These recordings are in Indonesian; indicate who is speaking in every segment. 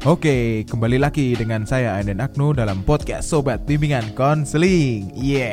Speaker 1: Oke, kembali lagi dengan saya Anden Agnu dalam podcast Sobat Bimbingan Konseling.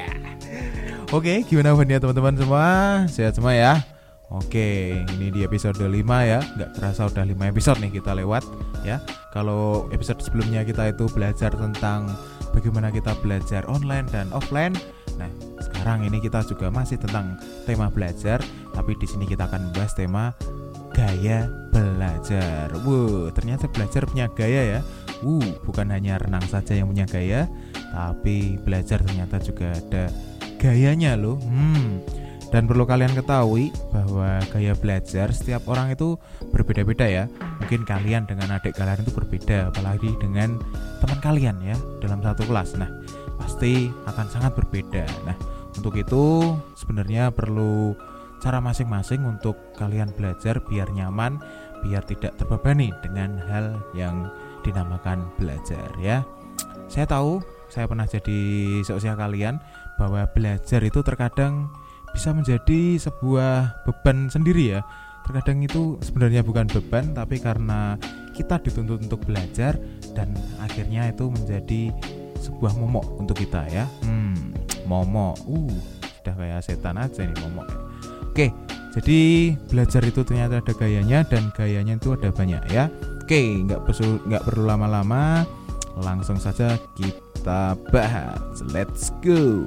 Speaker 1: Oke, gimana kabarnya teman-teman semua? Sehat semua ya? Oke, ini di episode 5 ya. Gak terasa udah 5 episode nih kita lewat ya. Kalau episode sebelumnya kita itu belajar tentang bagaimana kita belajar online dan offline. Nah, sekarang ini kita juga masih tentang tema belajar, tapi di sini kita akan membahas tema gaya belajar. Ternyata belajar punya gaya ya. Bukan hanya renang saja yang punya gaya, tapi belajar ternyata juga ada gayanya loh. Dan perlu kalian ketahui bahwa gaya belajar setiap orang itu berbeda-beda ya. Mungkin kalian dengan adik kalian itu berbeda, apalagi dengan teman kalian ya dalam satu kelas. Nah, pasti akan sangat berbeda. Nah, untuk itu sebenarnya perlu cara masing-masing untuk kalian belajar biar nyaman, biar tidak terbebani dengan hal yang dinamakan belajar ya. Saya tahu, saya pernah jadi seusia kalian, bahwa belajar itu terkadang bisa menjadi sebuah beban sendiri ya. Terkadang itu sebenarnya bukan beban, tapi karena kita dituntut untuk belajar dan akhirnya itu menjadi sebuah momok untuk kita ya. Momok, sudah kayak setan aja nih momok. Oke, jadi belajar itu ternyata ada gayanya dan gayanya itu ada banyak ya. Oke, nggak perlu lama-lama, langsung saja kita bahas. Let's go.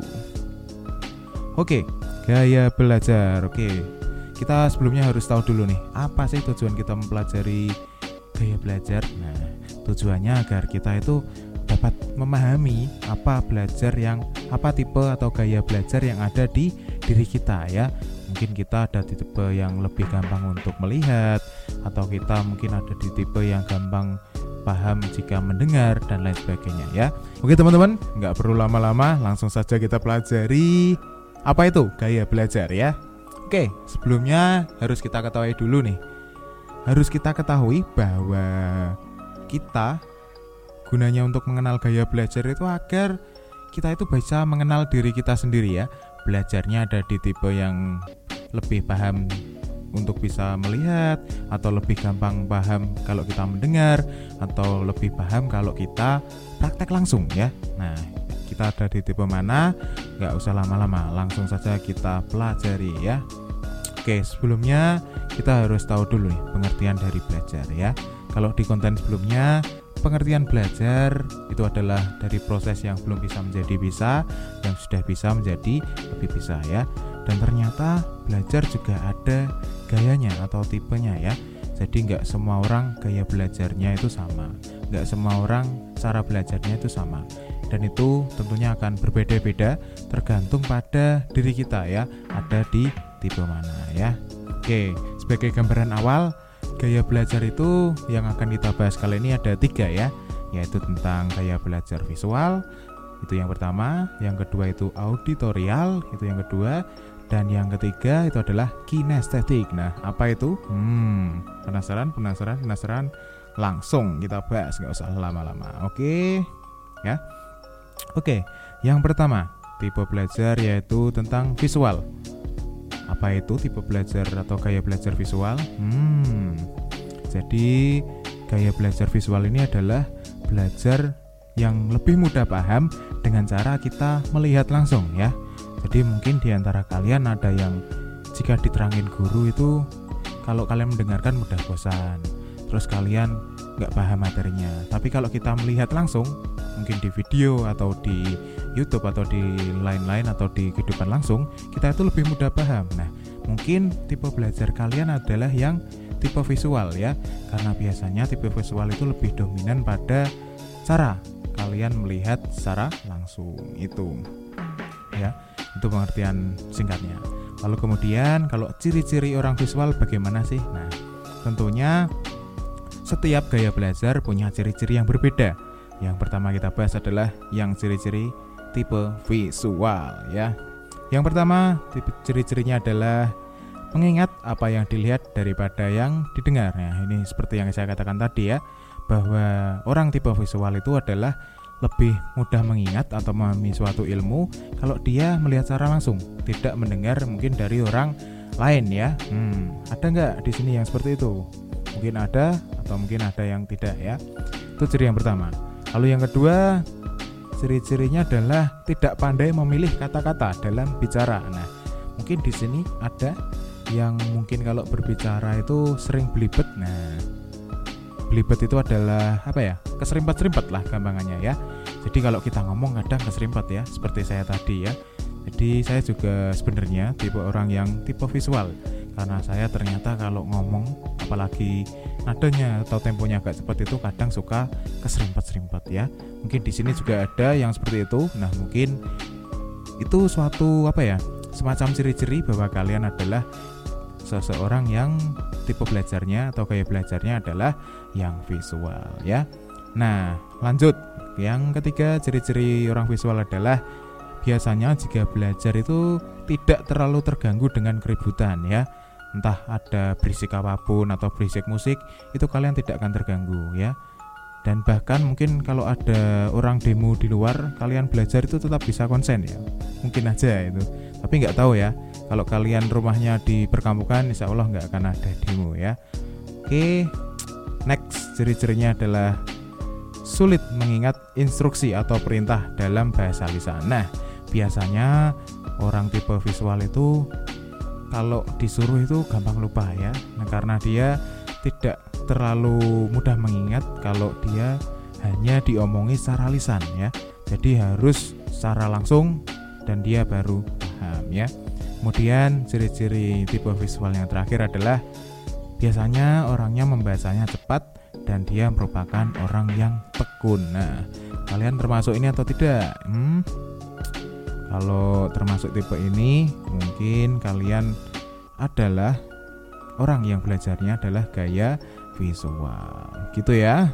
Speaker 1: Oke, gaya belajar. Oke, kita sebelumnya harus tahu dulu nih, apa sih tujuan kita mempelajari gaya belajar? Nah, tujuannya agar kita itu dapat memahami apa tipe atau gaya belajar yang ada di diri kita ya. Mungkin kita ada di tipe yang lebih gampang untuk melihat, atau kita mungkin ada di tipe yang gampang paham jika mendengar dan lain sebagainya ya. Oke teman-teman, nggak perlu lama-lama, langsung saja kita pelajari apa itu gaya belajar ya. Oke, sebelumnya harus kita ketahui dulu nih. Harus kita ketahui bahwa kita gunanya untuk mengenal gaya belajar itu agar kita itu bisa mengenal diri kita sendiri ya. Belajarnya ada di tipe yang lebih paham untuk bisa melihat, atau lebih gampang paham kalau kita mendengar, atau lebih paham kalau kita praktek langsung ya. Nah, kita ada di tipe mana? Gak usah lama-lama, langsung saja kita pelajari ya. Oke, sebelumnya kita harus tahu dulu nih pengertian dari belajar ya. Kalau di konten sebelumnya, pengertian belajar itu adalah dari proses yang belum bisa menjadi bisa, yang sudah bisa menjadi lebih bisa ya. Dan ternyata belajar juga ada gayanya atau tipenya ya. Jadi nggak semua orang gaya belajarnya itu sama, nggak semua orang cara belajarnya itu sama. Dan itu tentunya akan berbeda-beda tergantung pada diri kita ya, ada di tipe mana ya. Oke, sebagai gambaran awal, gaya belajar itu yang akan kita bahas kali ini ada 3 ya, yaitu tentang gaya belajar visual, itu yang pertama, yang kedua itu auditorial, itu yang kedua, dan yang ketiga itu adalah kinestetik. Nah, apa itu? Penasaran? Langsung kita bahas, gak usah lama-lama. Oke ya. Oke, yang pertama, tipe belajar yaitu tentang visual. Apa itu tipe belajar atau gaya belajar visual? Jadi gaya belajar visual ini adalah belajar yang lebih mudah paham dengan cara kita melihat langsung ya. Jadi mungkin di antara kalian ada yang jika diterangin guru itu kalau kalian mendengarkan mudah bosan, terus kalian gak paham materinya. Tapi kalau kita melihat langsung, mungkin di video atau di YouTube atau di lain-lain atau di kehidupan langsung, kita itu lebih mudah paham. Nah, mungkin tipe belajar kalian adalah yang tipe visual ya, karena biasanya tipe visual itu lebih dominan pada cara kalian melihat secara langsung itu ya. Itu pengertian singkatnya. Lalu kemudian kalau ciri-ciri orang visual bagaimana sih? Nah, tentunya setiap gaya belajar punya ciri-ciri yang berbeda. Yang pertama kita bahas adalah yang ciri-ciri tipe visual ya. Yang pertama, ciri-cirinya adalah mengingat apa yang dilihat daripada yang didengar. Nah, ini seperti yang saya katakan tadi ya, bahwa orang tipe visual itu adalah lebih mudah mengingat atau memahami suatu ilmu kalau dia melihat secara langsung, tidak mendengar mungkin dari orang lain ya. Ada nggak di sini yang seperti itu? Mungkin ada atau mungkin ada yang tidak ya. Itu ciri yang pertama. Lalu yang kedua, ciri-cirinya adalah tidak pandai memilih kata-kata dalam bicara. Nah, mungkin di sini ada yang mungkin kalau berbicara itu sering belibet. Nah, belibet itu adalah keserimpet-serimpet lah gampangannya ya. Jadi kalau kita ngomong kadang keserimpet ya, seperti saya tadi ya. Jadi saya juga sebenarnya tipe orang yang tipe visual, karena saya ternyata kalau ngomong apalagi nadanya atau temponya agak cepat itu kadang suka keserimpet-serimpet ya. Mungkin di sini juga ada yang seperti itu. Nah, mungkin itu suatu semacam ciri-ciri bahwa kalian adalah seseorang yang tipe belajarnya atau gaya belajarnya adalah yang visual ya. Nah, lanjut. Yang ketiga, ciri-ciri orang visual adalah biasanya jika belajar itu tidak terlalu terganggu dengan keributan ya. Entah ada berisik apapun atau berisik musik, itu kalian tidak akan terganggu ya. Dan bahkan mungkin kalau ada orang demo di luar, kalian belajar itu tetap bisa konsen ya. Mungkin aja itu. Tapi nggak tahu ya. Kalau kalian rumahnya di perkampungan, insya Allah nggak akan ada demo ya. Oke, next, ciri-cirinya adalah sulit mengingat instruksi atau perintah dalam bahasa lisan. Nah, biasanya orang tipe visual itu kalau disuruh itu gampang lupa ya. Nah, karena dia tidak terlalu mudah mengingat kalau dia hanya diomongi secara lisan ya. Jadi harus secara langsung dan dia baru paham ya. Kemudian ciri-ciri tipe visual yang terakhir adalah biasanya orangnya membacanya cepat dan dia merupakan orang yang tekun. Nah, kalian termasuk ini atau tidak? Kalau termasuk tipe ini, mungkin kalian adalah orang yang belajarnya adalah gaya visual. Gitu ya.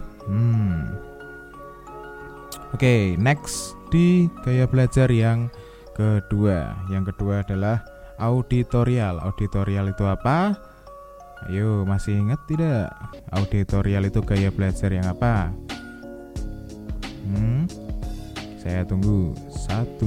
Speaker 1: Oke, next di gaya belajar yang kedua. Yang kedua adalah auditorial. Auditorial itu apa? Ayo, masih ingat tidak? Auditorial itu gaya belajar yang apa? Saya tunggu. 1,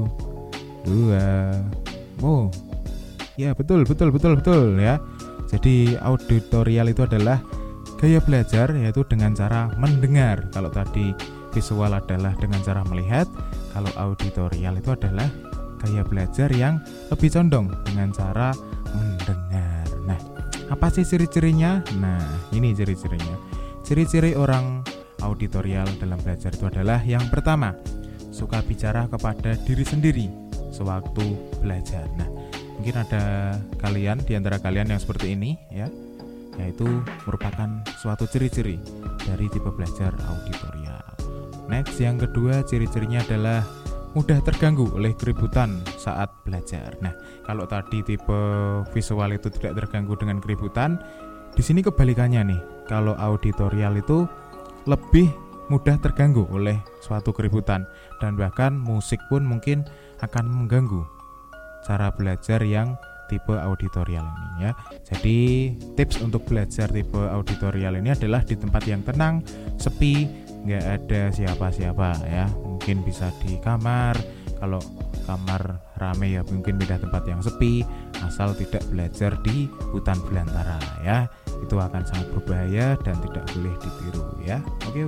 Speaker 1: 2. Oh, ya betul ya. Jadi auditorial itu adalah gaya belajar yaitu dengan cara mendengar. Kalau tadi visual adalah dengan cara melihat, kalau auditorial itu adalah gaya belajar yang lebih condong dengan cara mendengar. Nah, apa sih ciri-cirinya? Nah, ini ciri-cirinya. Ciri-ciri orang auditorial dalam belajar itu adalah yang pertama, suka bicara kepada diri sendiri sewaktu belajar. Nah, mungkin ada kalian di antara kalian yang seperti ini ya, yaitu merupakan suatu ciri-ciri dari tipe belajar auditorial. Next, yang kedua, ciri-cirinya adalah mudah terganggu oleh keributan saat belajar. Nah, kalau tadi tipe visual itu tidak terganggu dengan keributan, di sini kebalikannya nih. Kalau auditorial itu lebih mudah terganggu oleh suatu keributan dan bahkan musik pun mungkin akan mengganggu cara belajar yang tipe auditorial ini ya. Jadi tips untuk belajar tipe auditorial ini adalah di tempat yang tenang, sepi, nggak ada siapa-siapa ya. Mungkin bisa di kamar, kalau kamar rame ya mungkin pindah tempat yang sepi, asal tidak belajar di hutan belantara ya. Itu akan sangat berbahaya dan tidak boleh ditiru ya.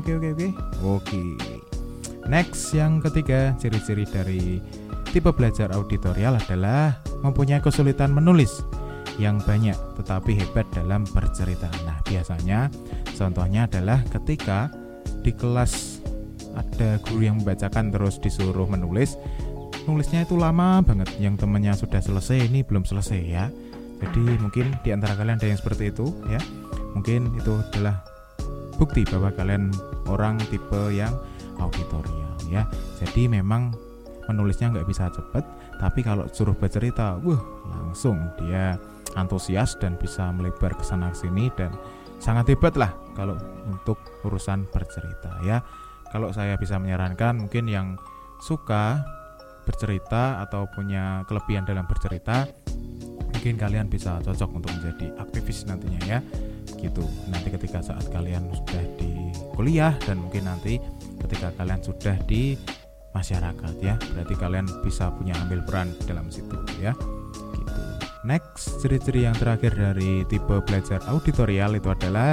Speaker 1: Oke. Next, yang ketiga, ciri-ciri dari tipe belajar auditorial adalah mempunyai kesulitan menulis yang banyak tetapi hebat dalam bercerita. Nah, biasanya contohnya adalah ketika di kelas ada guru yang membacakan terus disuruh nulisnya itu lama banget, yang temannya sudah selesai ini belum selesai ya. Jadi mungkin di antara kalian ada yang seperti itu ya. Mungkin itu adalah bukti bahwa kalian orang tipe yang auditorial ya. Jadi memang menulisnya nggak bisa cepat, tapi kalau suruh bercerita, langsung dia antusias dan bisa melebar ke sana sini dan sangat hebat lah kalau untuk urusan bercerita ya. Kalau saya bisa menyarankan, mungkin yang suka bercerita atau punya kelebihan dalam bercerita, mungkin kalian bisa cocok untuk menjadi aktivis nantinya ya. Gitu. Nanti ketika saat kalian sudah di kuliah dan mungkin nanti ketika kalian sudah di masyarakat ya, berarti kalian bisa punya ambil peran dalam situ ya. Gitu. Next, ciri-ciri yang terakhir dari tipe belajar auditorial itu adalah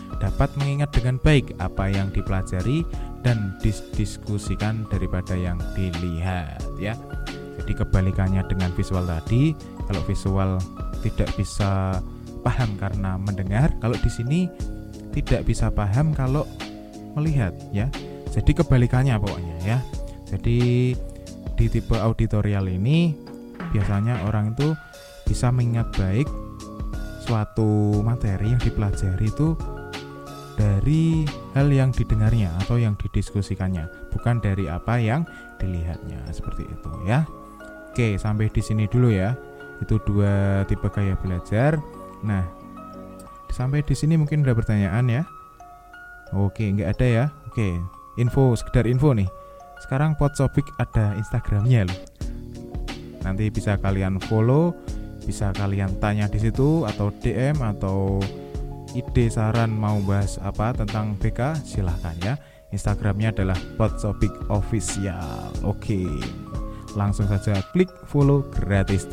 Speaker 1: dapat mengingat dengan baik apa yang dipelajari dan didiskusikan daripada yang dilihat ya. Jadi kebalikannya dengan visual tadi, kalau visual tidak bisa paham karena mendengar, kalau di sini tidak bisa paham kalau melihat ya. Jadi kebalikannya pokoknya ya. Jadi di tipe auditorial ini biasanya orang itu bisa mengingat baik suatu materi yang dipelajari itu dari hal yang didengarnya atau yang didiskusikannya, bukan dari apa yang dilihatnya, seperti itu ya. Oke, sampai di sini dulu ya. Itu 2 tipe gaya belajar. Nah, sampai di sini mungkin udah pertanyaan ya. Oke, nggak ada ya. Oke, sekedar info nih. Sekarang Podsobik ada Instagramnya loh. Nanti bisa kalian follow, bisa kalian tanya di situ atau DM atau ide saran mau bahas apa tentang BK, silahkan ya. Instagramnya adalah Podsobik Official. Oke, langsung saja klik follow gratis.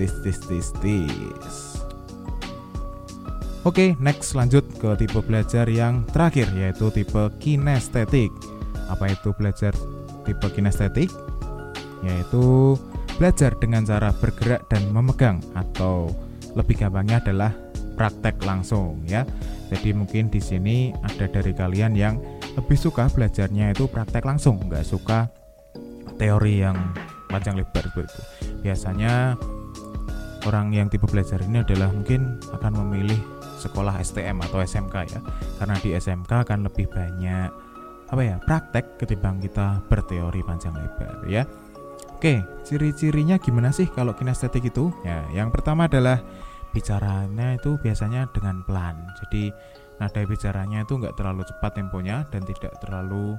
Speaker 1: Oke, next lanjut ke tipe belajar yang terakhir, yaitu tipe kinestetik. Apa itu belajar tipe kinestetik? Yaitu belajar dengan cara bergerak dan memegang, atau lebih gampangnya adalah praktek langsung ya. Jadi mungkin di sini ada dari kalian yang lebih suka belajarnya itu praktek langsung, nggak suka teori yang panjang lebar seperti itu. Biasanya orang yang tipe belajar ini adalah mungkin akan memilih sekolah STM atau SMK ya, karena di SMK akan lebih banyak praktek ketimbang kita berteori panjang lebar ya. Oke, ciri-cirinya gimana sih kalau kinestetik itu? Ya, yang pertama adalah bicaranya itu biasanya dengan pelan. Jadi nada bicaranya itu nggak terlalu cepat temponya dan tidak terlalu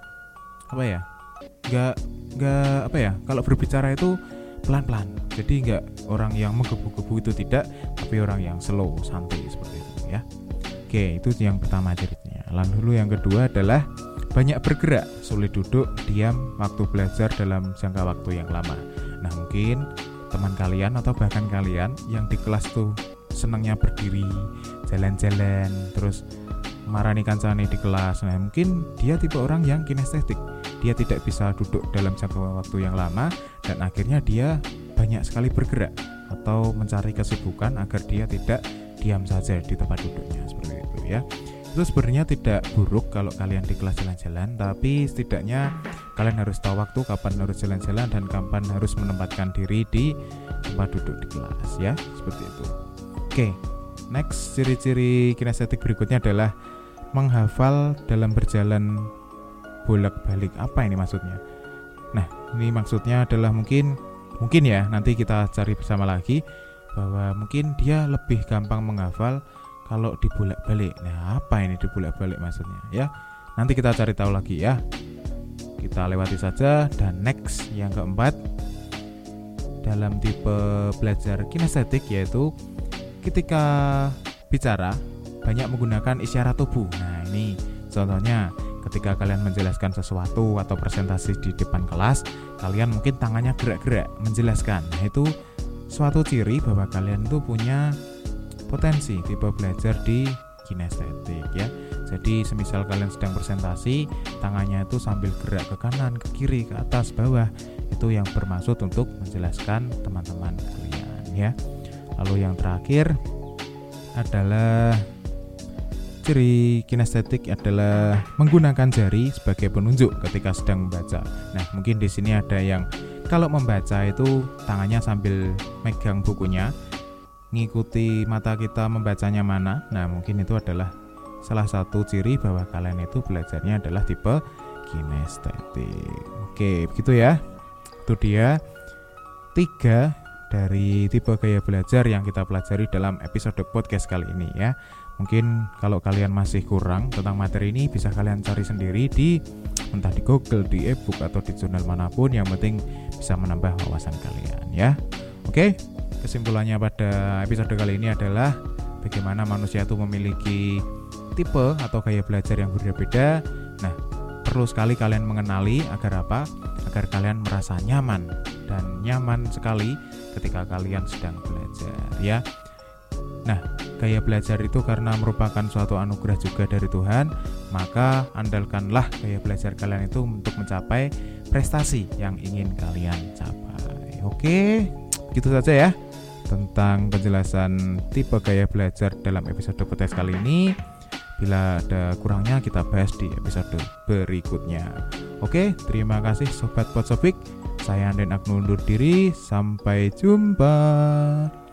Speaker 1: kalau berbicara itu pelan-pelan. Jadi nggak orang yang menggebu-gebu itu tidak, tapi orang yang slow, santai seperti itu ya. Oke, itu yang pertama cirinya. Lalu yang kedua adalah banyak bergerak, sulit duduk, diam waktu belajar dalam jangka waktu yang lama. Nah, mungkin teman kalian atau bahkan kalian yang di kelas tuh senangnya berdiri, jalan-jalan, terus marani kancane di kelas. Nah, mungkin dia tipe orang yang kinestetik. Dia tidak bisa duduk dalam jangka waktu yang lama dan akhirnya dia banyak sekali bergerak atau mencari kesibukan agar dia tidak diam saja di tempat duduknya, seperti itu ya. Itu sebenarnya tidak buruk kalau kalian di kelas jalan-jalan, tapi setidaknya kalian harus tahu waktu kapan harus jalan-jalan dan kapan harus menempatkan diri di tempat duduk di kelas ya, seperti itu. Oke, next ciri-ciri kinestetik berikutnya adalah menghafal dalam berjalan bolak-balik. Apa ini maksudnya? Nah, ini maksudnya adalah mungkin ya, nanti kita cari bersama lagi bahwa mungkin dia lebih gampang menghafal kalau dibolak-balik. Nah, apa ini dibolak-balik maksudnya ya? Nanti kita cari tahu lagi ya. Kita lewati saja. Dan next yang keempat dalam tipe belajar kinestetik, yaitu ketika bicara banyak menggunakan isyarat tubuh. Nah, ini contohnya ketika kalian menjelaskan sesuatu atau presentasi di depan kelas, kalian mungkin tangannya gerak-gerak menjelaskan. Nah, itu suatu ciri bahwa kalian tuh punya potensi tipe belajar di kinestetik ya. Jadi semisal kalian sedang presentasi, tangannya itu sambil gerak ke kanan, ke kiri, ke atas, bawah, itu yang bermaksud untuk menjelaskan teman-teman kalian ya. Lalu yang terakhir adalah ciri kinestetik adalah menggunakan jari sebagai penunjuk ketika sedang membaca. Nah, mungkin di sini ada yang kalau membaca itu tangannya sambil megang bukunya, ngikuti mata kita membacanya mana. Nah, mungkin itu adalah salah satu ciri bahwa kalian itu belajarnya adalah tipe kinestetik. Oke, begitu ya. Itu dia 3 dari tipe gaya belajar yang kita pelajari dalam episode podcast kali ini ya. Mungkin kalau kalian masih kurang tentang materi ini, bisa kalian cari sendiri entah di Google, di e-book atau di jurnal manapun. Yang penting bisa menambah wawasan kalian ya. Oke, kesimpulannya pada episode kali ini adalah bagaimana manusia itu memiliki tipe atau gaya belajar yang berbeda. Nah, perlu sekali kalian mengenali agar apa? Agar kalian merasa nyaman dan nyaman sekali ketika kalian sedang belajar ya. Nah, gaya belajar itu karena merupakan suatu anugerah juga dari Tuhan, maka andalkanlah gaya belajar kalian itu untuk mencapai prestasi yang ingin kalian capai. Oke, gitu saja ya tentang penjelasan tipe gaya belajar dalam episode podcast kali ini. Bila ada kurangnya kita bahas di episode berikutnya. Oke, terima kasih Sobat Potsobik. Saya Anden Agnu undur diri. Sampai jumpa.